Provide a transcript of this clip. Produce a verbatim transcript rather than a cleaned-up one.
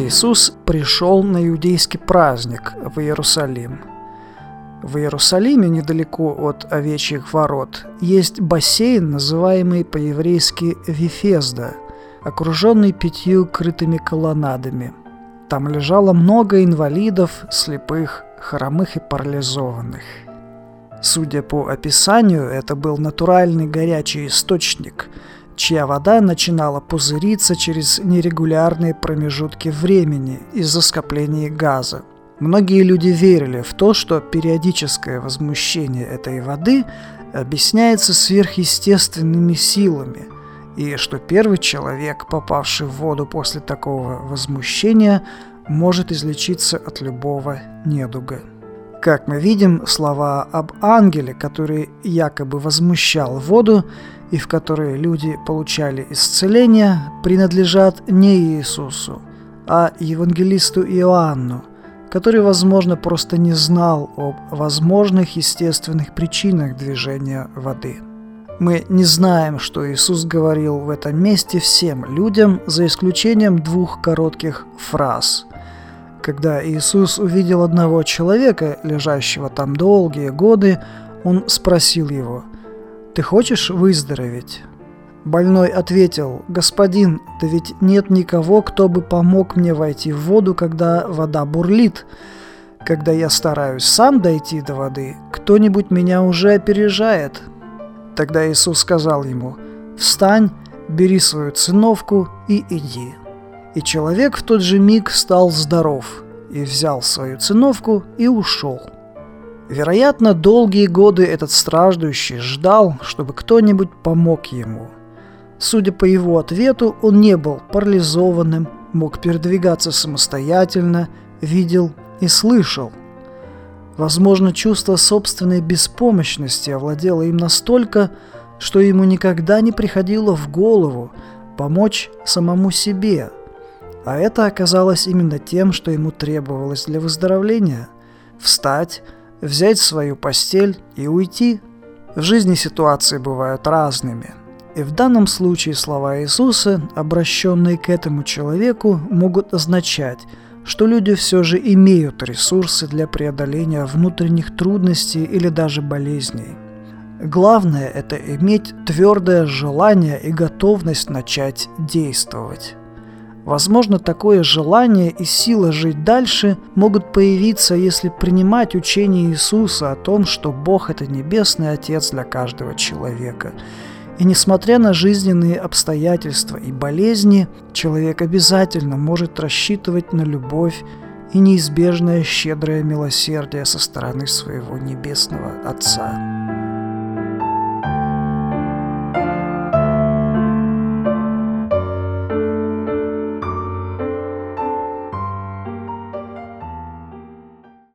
Иисус пришел на иудейский праздник в Иерусалим. В Иерусалиме, недалеко от Овечьих ворот, есть бассейн, называемый по-еврейски Вифезда, окруженный пятью крытыми колоннадами. Там лежало много инвалидов, слепых, хромых и парализованных. Судя по описанию, это был натуральный горячий источник, чья вода начинала пузыриться через нерегулярные промежутки времени из-за скопления газа. Многие люди верили в то, что периодическое возмущение этой воды объясняется сверхъестественными силами, и что первый человек, попавший в воду после такого возмущения, может излечиться от любого недуга. Как мы видим, слова об ангеле, который якобы возмущал воду и в которой люди получали исцеление, принадлежат не Иисусу, а евангелисту Иоанну, который, возможно, просто не знал об возможных естественных причинах движения воды. Мы не знаем, что Иисус говорил в этом месте всем людям, за исключением двух коротких фраз. Когда Иисус увидел одного человека, лежащего там долгие годы, Он спросил его: «Ты хочешь выздороветь?» Больной ответил: «Господин, да ведь нет никого, кто бы помог мне войти в воду, когда вода бурлит. Когда я стараюсь сам дойти до воды, кто-нибудь меня уже опережает». Тогда Иисус сказал ему: «Встань, бери свою циновку и иди». И человек в тот же миг стал здоров, и взял свою циновку и ушел. Вероятно, долгие годы этот страждущий ждал, чтобы кто-нибудь помог ему. Судя по его ответу, он не был парализованным, мог передвигаться самостоятельно, видел и слышал. Возможно, чувство собственной беспомощности овладело им настолько, что ему никогда не приходило в голову помочь самому себе. А это оказалось именно тем, что ему требовалось для выздоровления – встать, взять свою постель и уйти. В жизни ситуации бывают разными. И в данном случае слова Иисуса, обращенные к этому человеку, могут означать, что люди все же имеют ресурсы для преодоления внутренних трудностей или даже болезней. Главное – это иметь твердое желание и готовность начать действовать. Возможно, такое желание и сила жить дальше могут появиться, если принимать учение Иисуса о том, что Бог – это Небесный Отец для каждого человека. И несмотря на жизненные обстоятельства и болезни, человек обязательно может рассчитывать на любовь и неизбежное щедрое милосердие со стороны своего Небесного Отца.